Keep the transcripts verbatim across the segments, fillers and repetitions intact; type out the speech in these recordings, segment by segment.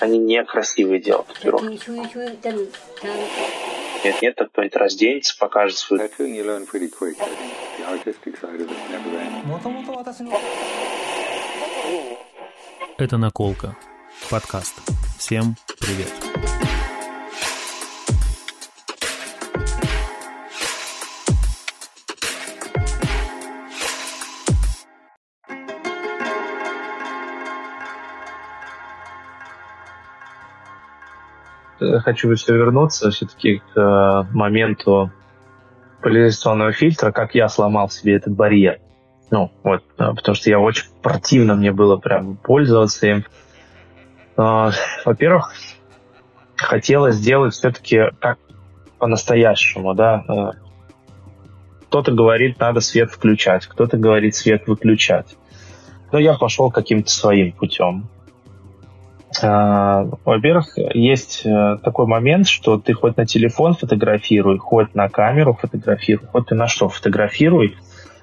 они некрасивые делают татуировки. Нет, нет, так кто-нибудь разденется, покажет свою... Это «Наколка». Подкаст. Всем привет. Хочу все вернуться все-таки к э, моменту поляризационного фильтра, как я сломал себе этот барьер. Ну, вот, э, потому что я очень противно мне было прям пользоваться им. Э, во-первых, хотелось сделать все-таки как по-настоящему, да. Э, кто-то говорит, надо свет включать, кто-то говорит, свет выключать. Но я пошел каким-то своим путем. Во-первых, есть такой момент, что ты хоть на телефон фотографируй, хоть на камеру фотографируй, хоть ты на что фотографируй.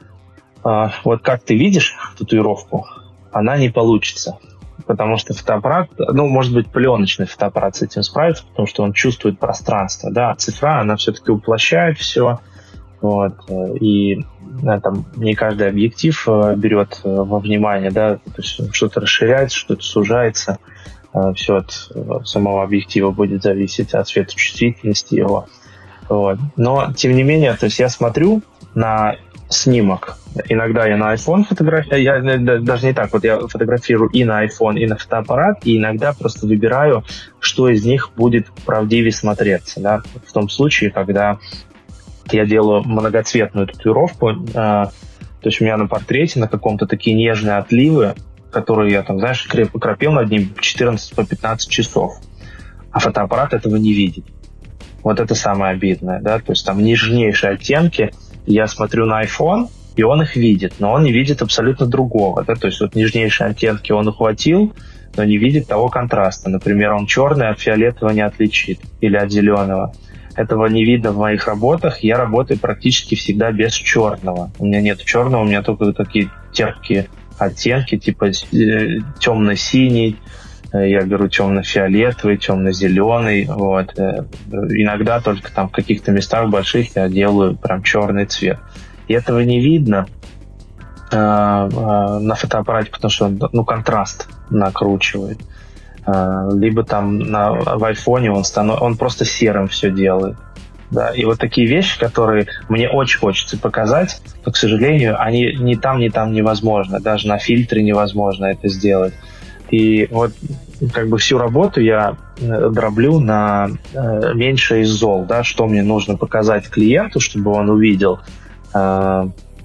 Вот как ты видишь татуировку, она не получится. Потому что фотоаппарат, ну, может быть, пленочный фотоаппарат с этим справится, потому что он чувствует пространство. Да? Цифра, она все-таки уплощает все. Вот, и да, там не каждый объектив берет во внимание, да, то есть что-то расширяется, что-то сужается. Все от самого объектива будет зависеть от светочувствительности его. Вот. Но, тем не менее, то есть я смотрю на снимок. Иногда я на iPhone фотографирую, я, даже не так, вот я фотографирую и на iPhone, и на фотоаппарат, и иногда просто выбираю, что из них будет правдивее смотреться. Да? В том случае, когда я делаю многоцветную татуировку, э, то есть у меня на портрете на каком-то такие нежные отливы, которые я там, знаешь, кропил над ним четырнадцать по пятнадцать часов, а фотоаппарат этого не видит. Вот это самое обидное, да, то есть там нежнейшие оттенки, я смотрю на iPhone, и он их видит, но он не видит абсолютно другого, да, то есть вот нежнейшие оттенки он ухватил, но не видит того контраста. Например, он черный от фиолетового не отличит или от зеленого. Этого не видно в моих работах. Я работаю практически всегда без черного. У меня нет черного, у меня только такие терпкие оттенки, типа э, темно-синий, э, я беру темно-фиолетовый, темно-зеленый. Вот. Э, иногда только там в каких-то местах больших я делаю прям черный цвет. И этого не видно э, э, на фотоаппарате, потому что он, ну, контраст накручивает. Либо там на, в айфоне он, станов... он просто серым все делает. Да? И вот такие вещи, которые мне очень хочется показать, но, к сожалению, они ни там, ни там невозможно. Даже на фильтре невозможно это сделать. И вот как бы всю работу я дроблю на э, меньше из зол. Да? Что мне нужно показать клиенту, чтобы он увидел. Э,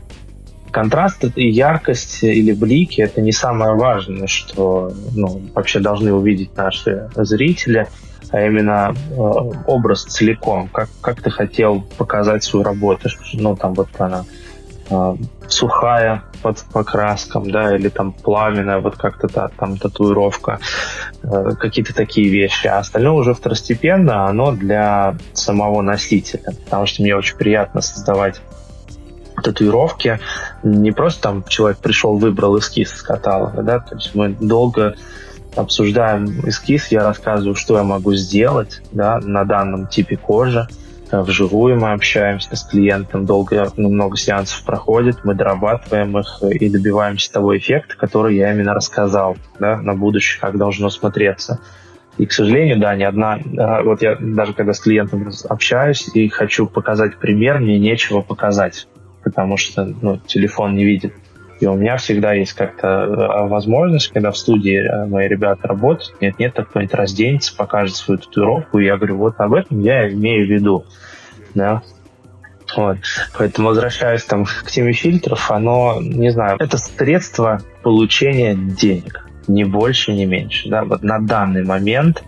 Контраст и яркость или блики — это не самое важное, что ну, вообще должны увидеть наши зрители, а именно э, образ целиком, как, как ты хотел показать свою работу. Ну, там вот она э, сухая под покраском, да, или там пламенная, вот как-то та, там татуировка, э, какие-то такие вещи. А остальное уже второстепенно, оно для самого носителя, потому что мне очень приятно создавать татуировки. Не просто там человек пришел, выбрал эскиз из каталога, да, то есть мы долго обсуждаем эскиз, я рассказываю, что я могу сделать, да, на данном типе кожи. Вживую мы общаемся с клиентом, долго, ну, много сеансов проходит, мы дорабатываем их и добиваемся того эффекта, который я именно рассказал, да, на будущее, как должно смотреться. И, к сожалению, да, ни одна... Вот я даже когда с клиентом общаюсь и хочу показать пример, мне нечего показать, потому что ну, телефон не видит. И у меня всегда есть как-то возможность, когда в студии мои ребята работают, нет-нет, так кто-нибудь разденется, покажет свою татуировку, и я говорю, вот об этом я имею в виду. Да? Вот. Поэтому, возвращаясь там, к теме фильтров, оно, не знаю, это средство получения денег. Ни больше, ни меньше. Да? Вот на данный момент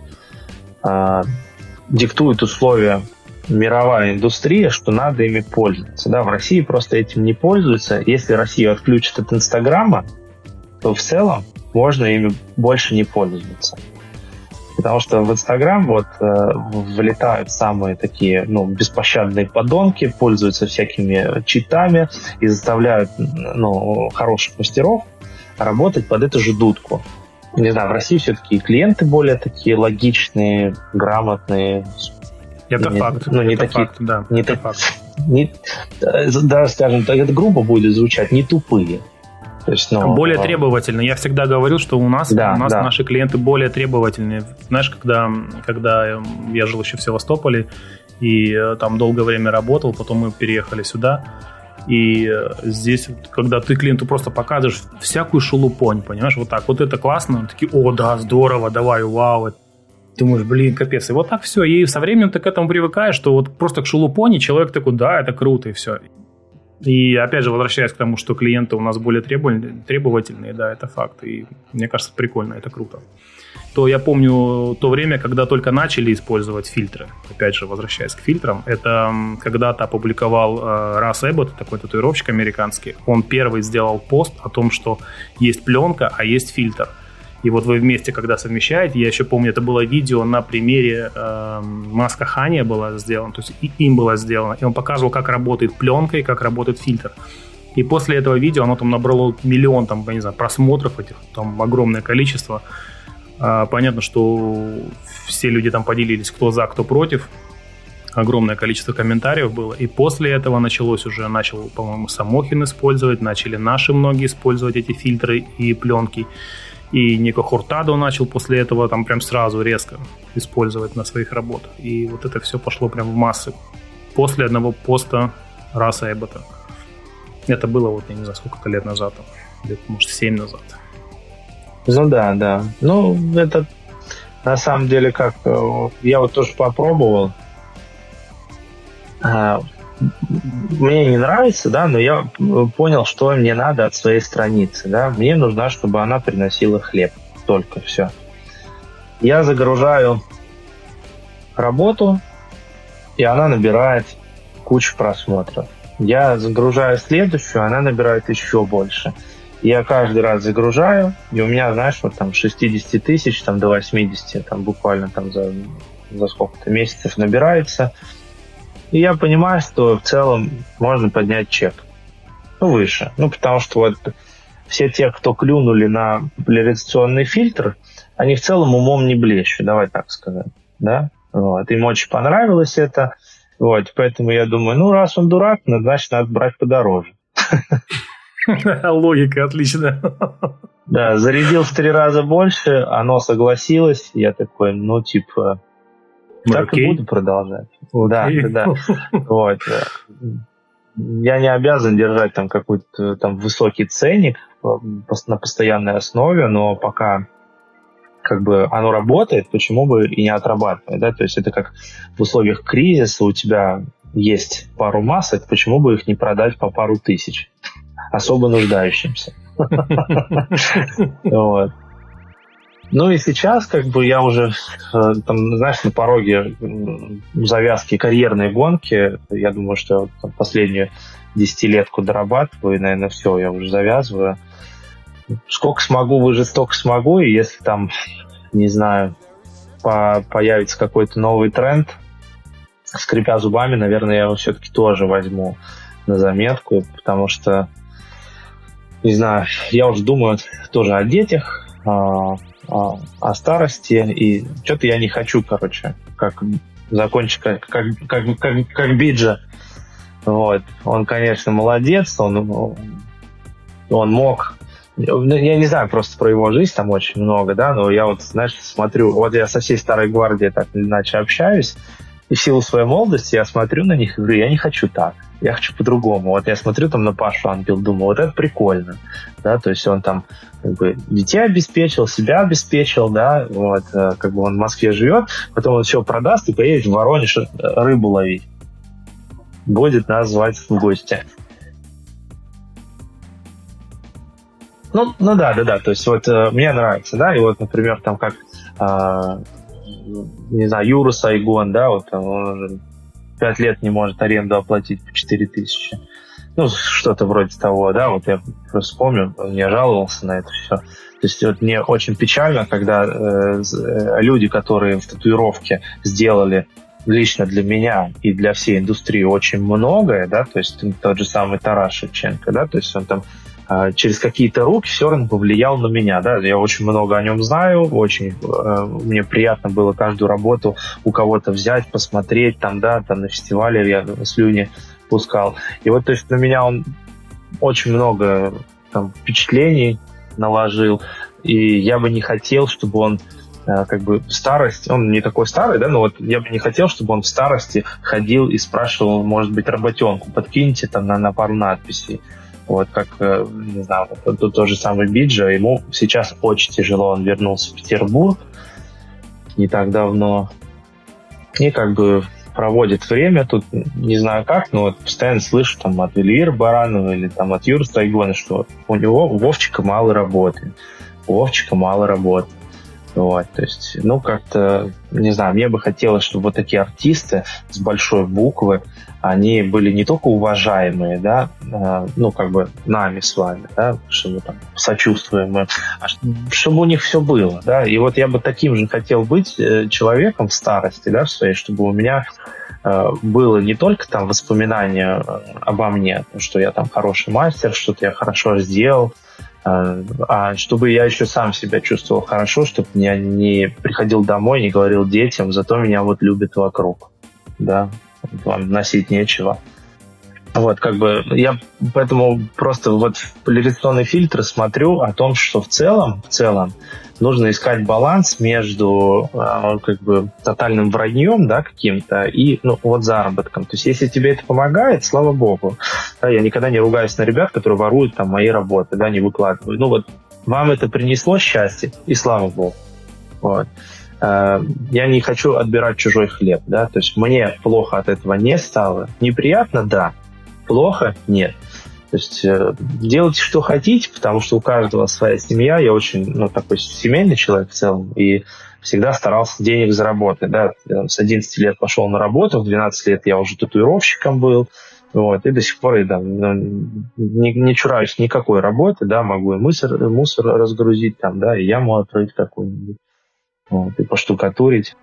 э, диктует условия мировая индустрия, что надо ими пользоваться. Да, в России просто этим не пользуются. Если Россию отключат от Инстаграма, то в целом можно ими больше не пользоваться. Потому что в Инстаграм вот э, влетают самые такие ну, беспощадные подонки, пользуются всякими читами и заставляют ну, хороших мастеров работать под эту же дудку. не знаю, в России все-таки клиенты более такие логичные, грамотные. Это не, факт. Ну, не это такие, факт, да. Не это так, факт. Не, да, скажем так, это грубо будет звучать, не тупые. То есть, ну, более требовательные. Я всегда говорил, что у нас, да, у нас да. наши клиенты более требовательные. Знаешь, когда, когда я жил еще в Севастополе и там долгое время работал, потом мы переехали сюда, и здесь, когда ты клиенту просто показываешь всякую шелупонь, понимаешь, вот так, вот это классно, он такие, о, да, здорово, давай, вау, думаешь, блин, капец, и вот так все, и со временем ты к этому привыкаешь, что вот просто к шелупоне человек такой, да, это круто, и все. И опять же, возвращаясь к тому, что клиенты у нас более требовательные, да, это факт, и мне кажется, прикольно, это круто. То я помню то время, когда только начали использовать фильтры. Опять же, возвращаясь к фильтрам, это когда-то опубликовал э, Рас Эббот, такой татуировщик американский. Он первый сделал пост о том, что есть пленка, а есть фильтр. И вот вы вместе, когда совмещаете, я еще помню, это было видео на примере э, маска Хания была сделана, то есть и им было сделано. И он показывал, как работает пленка и как работает фильтр. И после этого видео оно там набрало миллион, там, я не знаю, просмотров этих, там огромное количество. Понятно, что все люди там поделились, кто за, кто против. Огромное количество комментариев было. И после этого началось уже, начал, по-моему, Самохин использовать, начали наши многие использовать эти фильтры и пленки. И Нико Хуртадо начал после этого там прям сразу резко использовать на своих работах. И вот это все пошло прям в массы. После одного поста Раса Эббота. Это было вот, я не знаю, сколько лет назад, лет, может, семь назад. Ну да, да. Ну, это на самом деле как... Я вот тоже попробовал. Мне не нравится, да, но я понял, что мне надо от своей страницы, да. Мне нужно, чтобы она приносила хлеб. Только все. Я загружаю работу, и она набирает кучу просмотров. Я загружаю следующую, она набирает еще больше. Я каждый раз загружаю, и у меня, знаешь, вот там шестьдесят тысяч, там до восьмидесяти, там буквально там за, за сколько-то месяцев набирается. И я понимаю, что в целом можно поднять чек. Ну, выше. Ну, потому что вот все те, кто клюнули на популяризационный фильтр, они в целом умом не блещут, давай так сказать. Да? Вот. Им очень понравилось это. Вот. Поэтому я думаю, ну, раз он дурак, значит, надо брать подороже. Логика отличная. Да, зарядил в три раза больше, оно согласилось. Я такой, ну, типа, так и буду продолжать. Да, да, да. Вот. Я не обязан держать там какой-то там высокий ценник на постоянной основе, но пока как бы оно работает, почему бы и не отрабатывать, да? То есть это как в условиях кризиса у тебя есть пару масок, почему бы их не продать по пару тысяч особо нуждающимся. Вот. Ну и сейчас как бы я уже там, знаешь, на пороге завязки карьерной гонки. Я думаю, что там, последнюю десятилетку дорабатываю, и, наверное, все, я уже завязываю. Сколько смогу, выжить столько смогу, и если там, не знаю, по- появится какой-то новый тренд, скрипя зубами, наверное, я его все-таки тоже возьму на заметку, потому что, не знаю, я уже думаю тоже о детях, о, о, о старости, и что-то я не хочу, короче, как закончить, как, как, как, как, как Биджа. Вот. Он, конечно, молодец, он, он мог... Я не знаю просто про его жизнь, там очень много, да, но я вот, знаешь, смотрю, вот я со всей старой гвардией так или иначе общаюсь, и в силу своей молодости я смотрю на них и говорю, я не хочу так, я хочу по-другому. Вот я смотрю там на Пашу Анпил, думаю, вот это прикольно, да, то есть он там как бы детей обеспечил, себя обеспечил, да, вот, как бы он в Москве живет, потом он все продаст и поедет в Воронеж рыбу ловить. Будет нас звать в гости. Ну, ну да, да, да, то есть вот э, мне нравится, да, и вот, например, там как, э, не знаю, Юра Сайгон, да, вот там, он уже пять лет не может аренду оплатить по четыре тысячи, ну, что-то вроде того, да, вот я просто вспомнил, он мне жаловался на это все. То есть вот мне очень печально, когда э, люди, которые в татуировке сделали лично для меня и для всей индустрии очень многое, да, то есть тот же самый Тарас Шевченко, да, то есть он там через какие-то руки все равно повлиял на меня, да, я очень много о нем знаю, очень мне приятно было каждую работу у кого-то взять, посмотреть, там, да, там на фестивале я слюни пускал, и вот, то есть, на меня он очень много там впечатлений наложил, и я бы не хотел, чтобы он как бы в старости, он не такой старый, да, но вот я бы не хотел, чтобы он в старости ходил и спрашивал, может быть, работенку подкиньте там на, на пару надписей. Вот как, не знаю, вот, тут тот же самый Биджа, ему сейчас очень тяжело, он вернулся в Петербург не так давно и как бы проводит время тут, не знаю как, но вот постоянно слышу там от Эльвиры Баранова или там от Юры Стайгона, что у него у Вовчика мало работы, у Вовчика мало работы. Вот, то есть, ну, как-то, не знаю, мне бы хотелось, чтобы вот такие артисты с большой буквы, они были не только уважаемые, да, э, ну, как бы нами с вами, да, что мы там сочувствуем, а чтобы у них все было, да, и вот я бы таким же хотел быть э, человеком в старости, да, в своей, чтобы у меня э, было не только там воспоминания обо мне, что я там хороший мастер, что-то я хорошо сделал, а чтобы я еще сам себя чувствовал хорошо, чтобы я не приходил домой, не говорил детям, зато меня вот любят вокруг, да, вам носить нечего. Вот, как бы, я поэтому просто вот в поляризационный фильтр смотрю о том, что в целом, в целом нужно искать баланс между э, как бы тотальным враньем, да, каким-то и, ну, вот заработком. То есть, если тебе это помогает, слава богу. Да, я никогда не ругаюсь на ребят, которые воруют там мои работы, да, не выкладывают. Ну, вот вам это принесло счастье, и слава богу. Вот. Э, я не хочу отбирать чужой хлеб, да, то есть мне плохо от этого не стало. Неприятно, да. Плохо? Нет. То есть э, делайте, что хотите, потому что у каждого своя семья. Я очень, ну, такой семейный человек в целом, и всегда старался денег заработать. Да? С одиннадцати лет пошел на работу, в двенадцать лет я уже татуировщиком был, вот, и до сих пор я, да, не, не чураюсь никакой работы, да, могу и мусор, мусор разгрузить, там, да, и яму открыть какую-нибудь, вот, и поштукатурить.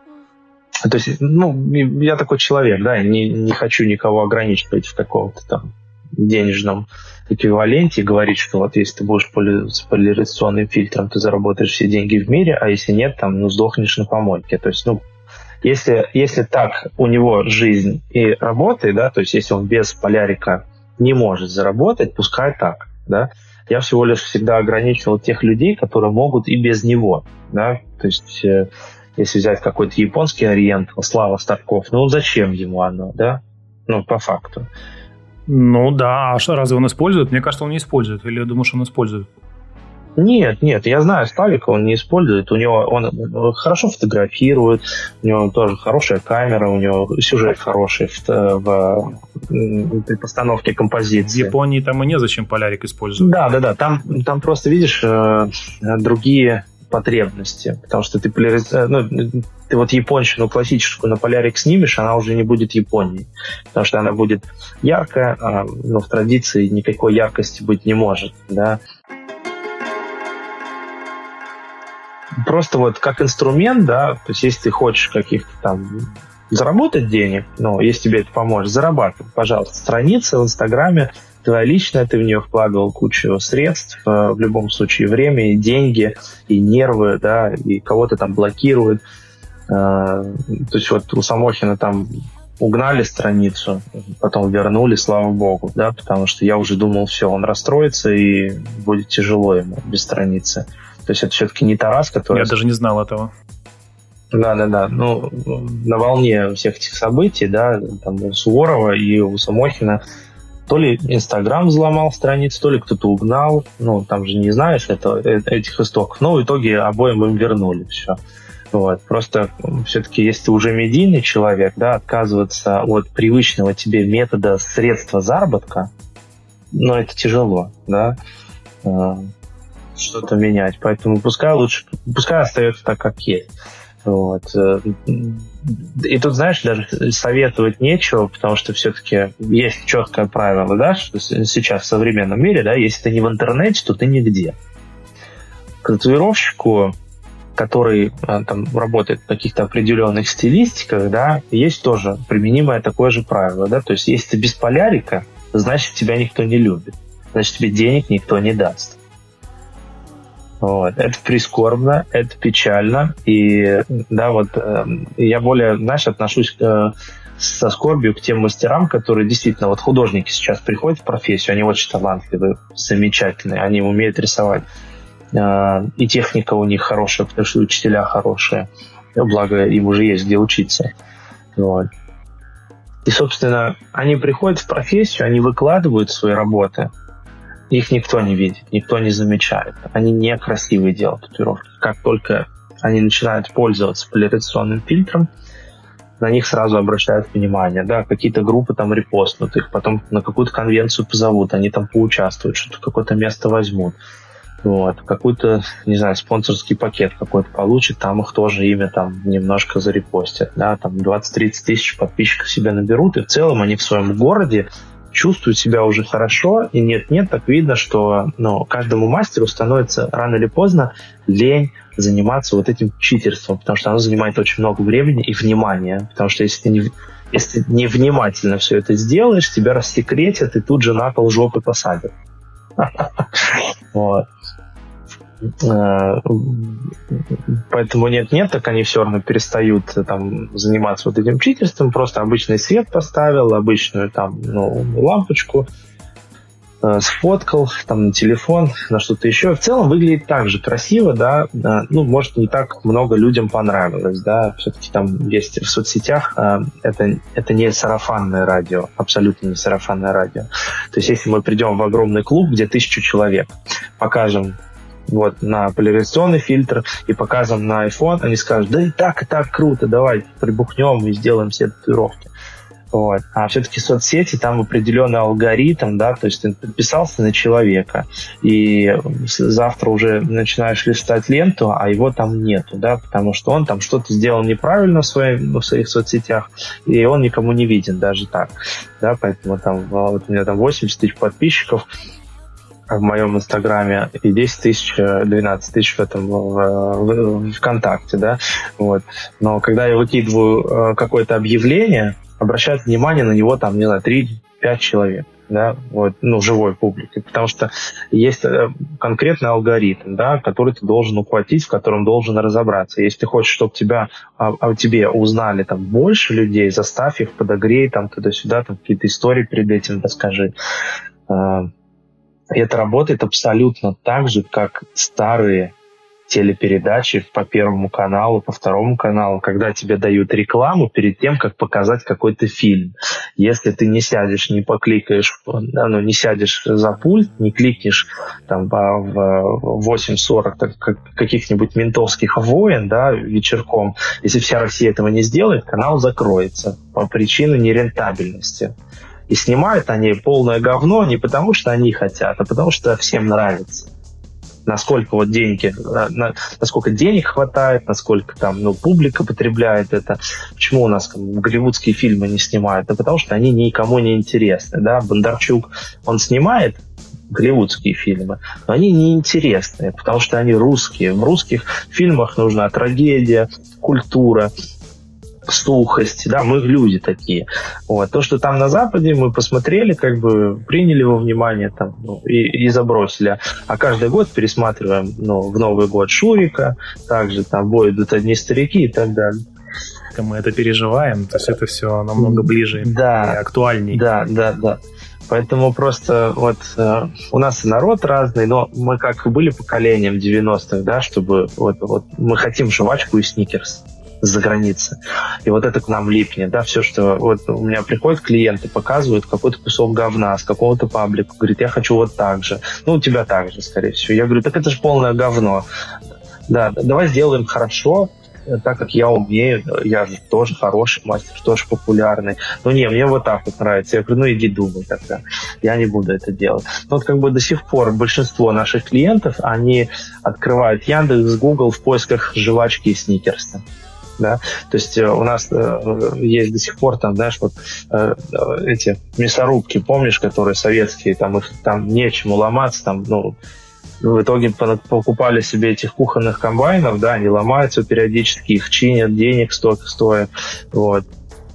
То есть, ну, я такой человек, да, не, не хочу никого ограничивать в каком-то там денежном эквиваленте и говорить, что вот если ты будешь поли- с поляризационным фильтром, ты заработаешь все деньги в мире, а если нет, там, ну, сдохнешь на помойке. То есть, ну, если, если так у него жизнь и работает, да, то есть если он без полярика не может заработать, пускай так, да. Я всего лишь всегда ограничивал тех людей, которые могут и без него, да, то есть... Если взять какой-то японский ориент, Слава Старков, ну зачем ему оно, да? Ну, по факту. Ну да, а что, разве он использует? Мне кажется, он не использует. Или думаешь, он использует? Нет, нет, я знаю Славика, он не использует. У него он хорошо фотографирует, у него тоже хорошая камера, у него сюжет хороший в, в, при постановке композиции. В Японии там и незачем полярик использовать. Да, да, да. Там, там просто, видишь, другие потребности, потому что ты поляриз... ну, ты вот японщину классическую на полярик снимешь, она уже не будет Японией, потому что она будет яркая, а, но в традиции никакой яркости быть не может, да. Просто вот как инструмент, да, то есть если ты хочешь каких-то там заработать денег, ну, если тебе это поможет, зарабатывай, пожалуйста. Страница в Инстаграме твоя личная, ты в нее вкладывал кучу средств, в любом случае время, и деньги, и нервы, да, и кого-то там блокируют. То есть вот у Самохина там угнали страницу, потом вернули, слава богу, да, потому что я уже думал, все, он расстроится и будет тяжело ему без страницы. То есть это все-таки не Тарас, который... Я даже не знал этого. Да-да-да, ну, на волне всех этих событий, да, там у Суворова и у Самохина то ли Инстаграм взломал страницу, то ли кто-то угнал, ну, там же не знаешь это, этих истоков, но в итоге обоим им вернули все. Вот. Просто все-таки, если ты уже медийный человек, да, отказываться от привычного тебе метода средства заработка, ну, это тяжело, да, что-то менять. Поэтому пускай лучше, пускай остается так, как есть. Вот. И тут, знаешь, даже советовать нечего, потому что все-таки есть четкое правило, да, что сейчас в современном мире, да, если ты не в интернете, то ты нигде. К татуировщику, который там работает в каких-то определенных стилистиках, да, есть тоже применимое такое же правило, да, то есть если ты без полярика, значит тебя никто не любит. значит, тебе денег никто не даст. Вот. Это прискорбно, это печально. И да, вот э, я более, знаешь, отношусь к, со скорбью к тем мастерам, которые действительно, вот художники сейчас приходят в профессию, они очень талантливые, замечательные, они умеют рисовать. Э, и техника у них хорошая, потому что учителя хорошие. Благо, им уже есть где учиться. Вот. И, собственно, они приходят в профессию, они выкладывают свои работы, их никто не видит, никто не замечает. Они некрасивые делают татуировки. Как только они начинают пользоваться поляризационным фильтром, на них сразу обращают внимание. Да, какие-то группы там репостнут их, потом на какую-то конвенцию позовут, они там поучаствуют, что-то какое-то место возьмут. Вот, какой-то, не знаю, спонсорский пакет какой-то получит, там их тоже имя там немножко зарепостят, да, там двадцать-тридцать тысяч подписчиков себе наберут, и в целом они в своем городе чувствуют себя уже хорошо, и нет-нет, так видно, что ну, каждому мастеру становится рано или поздно лень заниматься вот этим читерством, потому что оно занимает очень много времени и внимания, потому что если ты не, если ты невнимательно все это сделаешь, тебя рассекретят и тут же на пол жопы посадят. Вот. Поэтому нет-нет, так они все равно перестают там заниматься вот этим читерством, просто обычный свет поставил, обычную там ну, лампочку, э, сфоткал там на телефон, на что-то еще. В целом выглядит так же красиво, да, э, ну, может, не так много людям понравилось, да, все-таки там есть в соцсетях, э, это, это не сарафанное радио, абсолютно не сарафанное радио. То есть если мы придем в огромный клуб, где тысячу человек, покажем вот, на поляризационный фильтр и показываем на iPhone, они скажут, да и так, и так круто, давай прибухнем и сделаем все татуировки. Вот. А все-таки соцсети, там определенный алгоритм, да, то есть ты подписался на человека, и завтра уже начинаешь листать ленту, а его там нету, да, потому что он там что-то сделал неправильно в, своей, в своих соцсетях, и он никому не виден даже так, да, поэтому там, вот у меня там восемьдесят тысяч подписчиков в моем инстаграме и десять тысяч, двенадцать тысяч в этом в, в, в ВКонтакте, да, вот. Но когда я выкидываю какое-то объявление, обращают внимание на него там, не знаю, три-пять человек, да, вот, ну, живой публики, потому что есть конкретный алгоритм, да, который ты должен ухватить, в котором должен разобраться. Если ты хочешь, чтобы тебя, о, о тебе узнали там больше людей, заставь их, подогрей там туда-сюда, там какие-то истории перед этим расскажи. И это работает абсолютно так же, как старые телепередачи по Первому каналу, по Второму каналу, когда тебе дают рекламу перед тем, как показать какой-то фильм. Если ты не сядешь, не покликаешь, ну, не сядешь за пульт, не кликнешь там в восемь сорок так, как каких-нибудь ментовских войн, да, вечерком, если вся Россия этого не сделает, канал закроется по причине нерентабельности. И снимают они полное говно не потому, что они хотят, а потому, что всем нравится. Насколько вот деньги, на, насколько денег хватает, насколько там, ну, публика потребляет это. Почему у нас там, голливудские фильмы не снимают? Да потому что они никому не интересны. Да? Бондарчук, он снимает голливудские фильмы, но они не интересны, потому что они русские. В русских фильмах нужна трагедия, культура, сухость, да, мы люди такие. Вот. То, что там на Западе, мы посмотрели, как бы приняли во внимание там, ну, и, и забросили. А каждый год пересматриваем, ну, в Новый год Шурика, также там «Бой идут одни старики» и так далее. Мы это переживаем, то есть это все намного ближе да, и актуальней. Да, да, да. Поэтому просто вот э, у нас и народ разный, но мы как были поколением девяностых, да, чтобы вот, вот мы хотим жвачку и сникерс за границей. И вот это к нам липнет, да, все, что вот у меня приходят клиенты, показывают какой-то кусок говна с какого-то паблика, говорит, я хочу вот так же. Ну, у тебя так же, скорее всего. Я говорю, так это же полное говно. Да, давай сделаем хорошо, так как я умею, я же тоже хороший мастер, тоже популярный. Ну, не, мне вот так вот нравится. Я говорю, ну, иди думай тогда. Я не буду это делать. Но вот как бы до сих пор большинство наших клиентов, они открывают Яндекс, Google в поисках жвачки и сникерса. Да? То есть у нас э, есть до сих пор там, знаешь, вот э, эти мясорубки, помнишь, которые советские, там их там нечему ломаться, там, ну, в итоге покупали себе этих кухонных комбайнов, да, они ломаются периодически, их чинят, денег столько стоит, вот.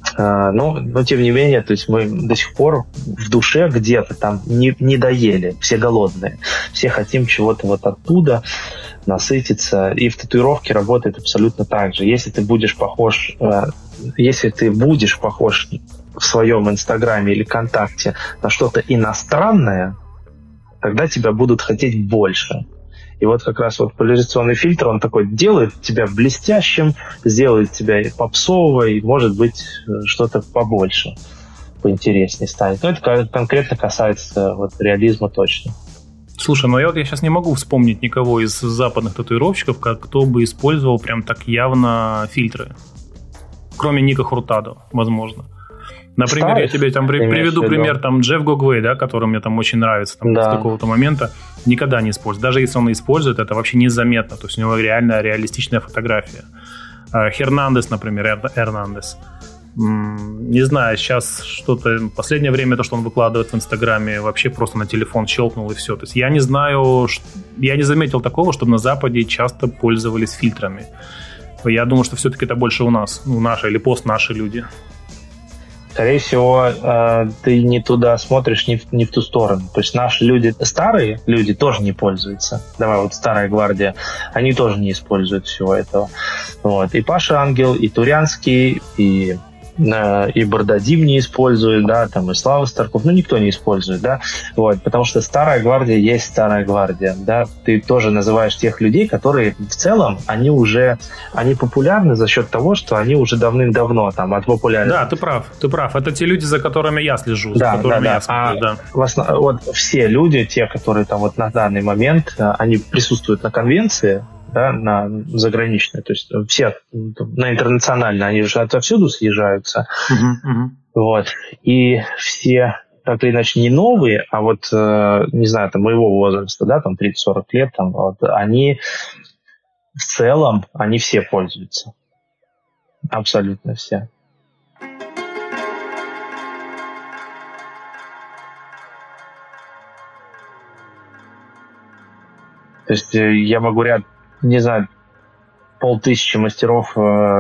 Но, но тем не менее, то есть мы до сих пор в душе где-то там не, не доели, все голодные, все хотим чего-то вот оттуда насытиться, и в татуировке работает абсолютно так же. Если ты будешь похож, если ты будешь похож в своем Инстаграме или ВКонтакте на что-то иностранное, тогда тебя будут хотеть больше. И вот как раз вот поляризационный фильтр, он такой делает тебя блестящим, сделает тебя попсовой, может быть, что-то побольше, поинтереснее станет. Но это конкретно касается вот реализма точно. Слушай, ну я вот я сейчас не могу вспомнить никого из западных татуировщиков, как кто бы использовал прям так явно фильтры. Кроме Ника Хуртадо, возможно. Например, Старых, я тебе там при, приведу пример, там Джефф Гогвей, да, который мне там очень нравится там, да. с какого-то момента, никогда не использует. Даже если он использует, это вообще незаметно. То есть у него реально реалистичная фотография. Хернандес, например, Эрнандес. Не знаю, сейчас что-то... Последнее время то, что он выкладывает в Инстаграме, вообще просто на телефон щелкнул и все. То есть я не знаю... Я не заметил такого, чтобы на Западе часто пользовались фильтрами. Я думаю, что все-таки это больше у нас. Ну, наши или пост наши люди. Скорее всего, ты не туда смотришь, не в, не в ту сторону. То есть наши люди, старые люди тоже не пользуются. Давай, вот старая гвардия, они тоже не используют всего этого. Вот. И Паша Ангел, и Турянский, и... и Бардадим не использует, да, там и Слава Старков, ну, никто не использует, да, вот, потому что старая гвардия есть старая гвардия, да, ты тоже называешь тех людей, которые в целом, они уже, они популярны за счет того, что они уже давным-давно там от популярности. Да, ты прав, ты прав, это те люди, за которыми я слежу, да, за которыми да, я смотрю, а да. В основ... Вот все люди, те, которые там вот на данный момент, они присутствуют на конвенции, да, на заграничные, то есть все на интернациональные, они же отовсюду съезжаются, uh-huh, uh-huh. Вот, и все так или иначе не новые, а вот, не знаю, там моего возраста, да, там тридцать-сорок лет, там, вот, они в целом, они все пользуются, абсолютно все. То есть я могу ряд не знаю, полтысячи мастеров,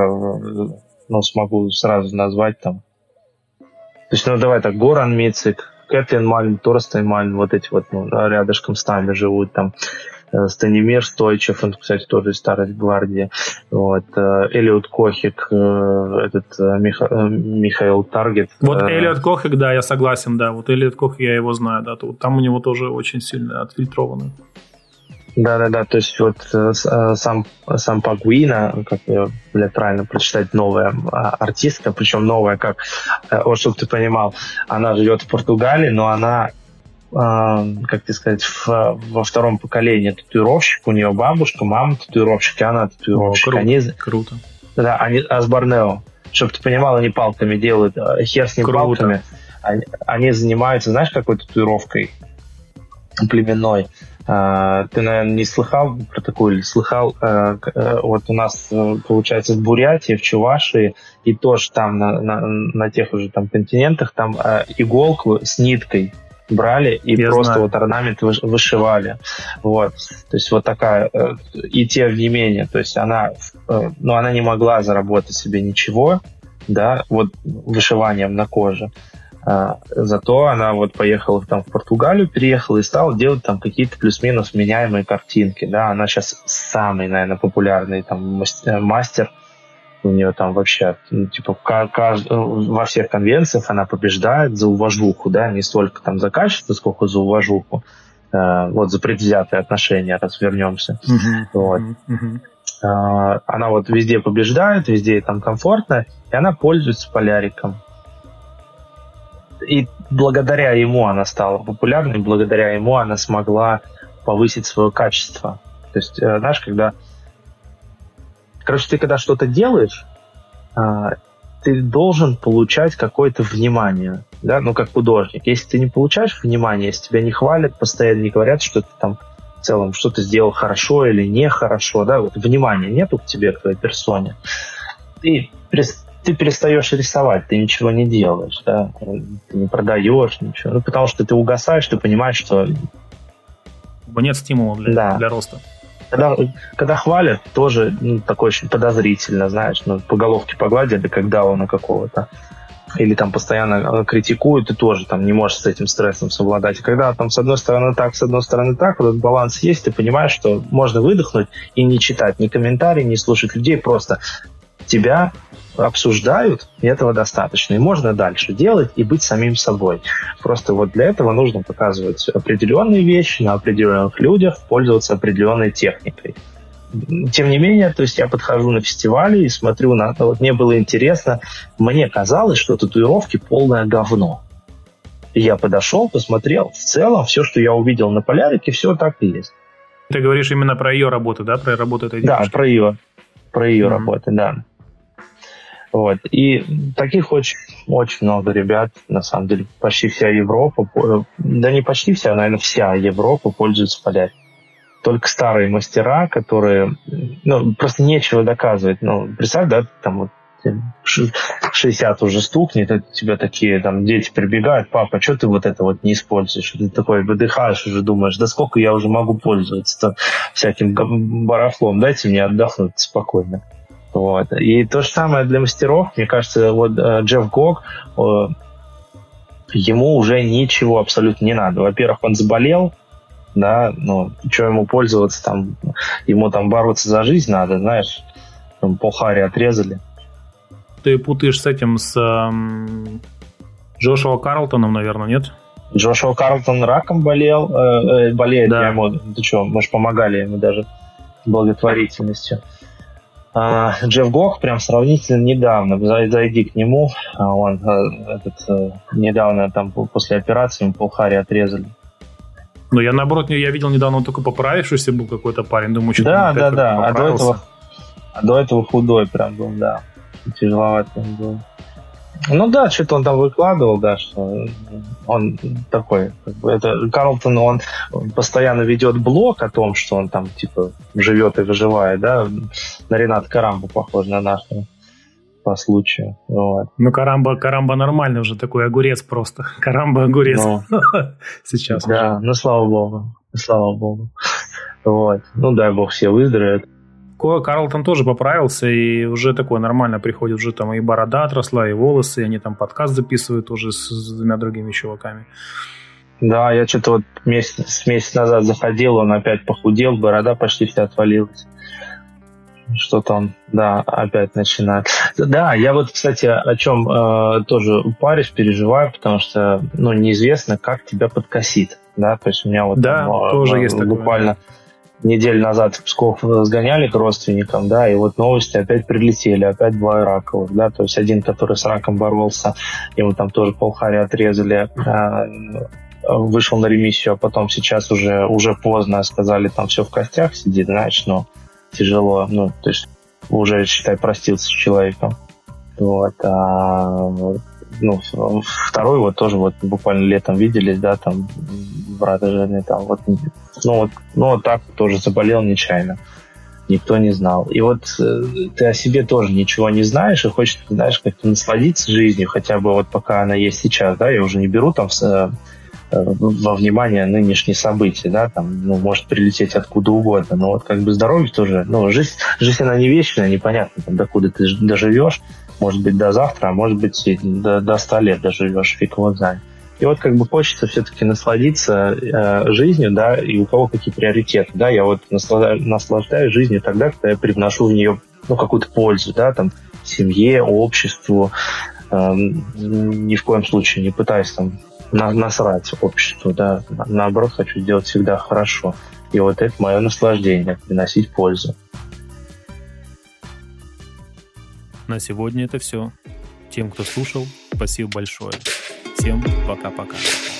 ну, смогу сразу назвать там. То есть, ну, давай так, Горан Мицик, Кэтлин Мальм, Торстен Мальм, вот эти вот, ну, рядышком с нами живут там. Станимир Стойчев, он, кстати, тоже из Старой гвардии. Вот. Элиот Кохик, этот Миха... Михаил Таргет. Вот Элиот Кохик, да, я согласен, да. Вот Элиот Кохик, я его знаю, да. Там у него тоже очень сильно отфильтровано. Да-да-да, то есть вот э, сам, сам Пагуина, как ее, блядь, правильно прочитать, новая артистка, причем новая, как, э, вот чтобы ты понимал, она живет в Португалии, но она, э, как тебе сказать, в, во втором поколении татуировщик, у нее бабушка, мама татуировщик, и она татуировщик. О, круто, они, круто. Да, они а с Борнео, чтобы ты понимал, они палками делают, хер с ним круто. Палками, они, они занимаются, знаешь, какой татуировкой племенной. Uh, ты, наверное, не слыхал про такую или слыхал? Uh, uh, вот у нас, uh, получается, в Бурятии, в Чувашии, и тоже там на, на, на тех уже там континентах, там uh, иголку с ниткой брали и Я просто знаю. Вот орнамент вышивали. Вот. То есть вот такая, uh, и тем не менее, то есть она, uh, ну, она не могла заработать себе ничего, да, вот вышиванием на коже. Uh, зато она вот поехала там в Португалию, переехала и стала делать там какие-то плюс-минус меняемые картинки, да, она сейчас самый, наверное, популярный там мастер, у нее там вообще, ну, типа, кажд... во всех конвенциях она побеждает за уважуху, да, не столько там за качество, сколько за уважуху, uh, вот за предвзятые отношения, раз вернемся, uh-huh. вот. Uh-huh. Uh, она вот везде побеждает, везде ей там комфортно, и она пользуется поляриком. И благодаря ему она стала популярной, благодаря ему она смогла повысить свое качество. То есть, знаешь, когда... Короче, ты когда что-то делаешь, ты должен получать какое-то внимание, да, ну, как художник. Если ты не получаешь внимания, если тебя не хвалят, постоянно не говорят, что ты там в целом что-то сделал хорошо или нехорошо, да, вот внимания нету к тебе, к твоей персоне, ты ты перестаешь рисовать, ты ничего не делаешь, да, ты не продаешь ничего, ну, потому что ты угасаешь, ты понимаешь, что... Нет стимула для, да. для роста. Когда, когда хвалят, тоже, ну, такое очень подозрительно, знаешь, ну, по головке погладили, как дауна какого-то, или там постоянно критикуют, ты тоже там не можешь с этим стрессом совладать. И когда там с одной стороны так, с одной стороны так, вот этот баланс есть, ты понимаешь, что можно выдохнуть и не читать ни комментарии, не слушать людей, просто тебя обсуждают, и этого достаточно. И можно дальше делать и быть самим собой. Просто вот для этого нужно показывать определенные вещи на определенных людях, пользоваться определенной техникой. Тем не менее, то есть я подхожу на фестивали и смотрю на... Вот мне было интересно, мне казалось, что татуировки полное говно. И я подошел, посмотрел, в целом все, что я увидел на Полярике, все так и есть. Ты говоришь именно про ее работу, да? Про работу этой девушки? Да, про ее, про ее mm-hmm. работы, да. Вот. И таких очень, очень много ребят, на самом деле, почти вся Европа, да не почти вся, наверное, вся Европа пользуется Полярикой. Только старые мастера, которые, ну, просто нечего доказывать. Ну, представь, да, там вот шестьдесят уже стукнет, у тебя такие там дети прибегают, папа, что ты вот это вот не используешь? Ты такой выдыхаешь уже, думаешь, да сколько я уже могу пользоваться всяким барахлом, дайте мне отдохнуть спокойно. Вот. И то же самое для мастеров, мне кажется, вот Джефф Гог, ему уже ничего абсолютно не надо. Во-первых, он заболел, да, ну, что ему пользоваться, там, ему там бороться за жизнь надо, знаешь, там полхари отрезали. Ты путаешь с этим, с эм, Джошуа Карлтоном, наверное, нет? Джошуа Карлтон раком болел, э, э, болеет, да. Я ему, ты что, мы же помогали ему даже благотворительностью. А, Джефф Гог прям сравнительно недавно, зайди к нему, он этот, недавно там после операции ему полхари отрезали. Ну, я наоборот, я видел недавно, он только поправившийся был какой-то парень, думаю, что да, да, да, а до, этого, а до этого худой прям был, да, тяжеловато он был. Ну да, что-то он там выкладывал, да, что он такой, как бы это Карлтон, он постоянно ведет блог о том, что он там типа живет и выживает, да, на Рената Карамбу похож на нашего по случаю. Вот. Ну, Карамба, Карамба нормальный уже, такой огурец просто. Карамба огурец. Ну, сейчас. Да, уже. Ну слава богу, слава богу. Вот. Ну дай бог все выздоровеют. Карлтон тоже поправился и уже такой нормально приходит, уже там и борода отросла, и волосы, и они там подкаст записывают уже с, с двумя другими чуваками. Да, я что-то вот месяц, месяц назад заходил, он опять похудел, борода почти вся отвалилась. Что-то он, да, опять начинает. Да, я вот, кстати, о чем э, тоже парюсь, переживаю, потому что, ну, неизвестно, как тебя подкосит, да, то есть у меня вот да, там, тоже э, есть буквально такое. Неделю назад в Псков сгоняли к родственникам, да, и вот новости опять прилетели, опять два раковых, да, то есть один, который с раком боролся, ему там тоже полхари отрезали, э, вышел на ремиссию, а потом сейчас уже, уже поздно, сказали, там все в костях сидит, знаешь, но тяжело, ну, то есть уже, считай, простился с человеком. Вот, а, ну, второй вот тоже вот буквально летом виделись, да, там, брата жены, там, вот, ну, вот, ну, вот так тоже заболел нечаянно. Никто не знал. И вот э, ты о себе тоже ничего не знаешь, и хочешь, знаешь, как-то насладиться жизнью, хотя бы вот пока она есть сейчас, да, я уже не беру там с, э, во внимание нынешние события, да, там, ну, может прилететь откуда угодно, но вот как бы здоровье тоже, ну, жизнь, жизнь она не вечная, непонятно, там, докуда ты доживешь, может быть, до завтра, а может быть, и до, до ста лет доживешь, фиг его знает. И вот как бы хочется все-таки насладиться э, жизнью, да, и у кого какие приоритеты, да, я вот наслаждаюсь, наслаждаюсь жизнью тогда, когда я привношу в нее, ну, какую-то пользу, да, там, семье, обществу, э, ни в коем случае не пытаюсь там на, насрать обществу, да, наоборот, хочу сделать всегда хорошо. И вот это мое наслаждение, приносить пользу. На сегодня это все. Тем, кто слушал, спасибо большое. Всем пока-пока.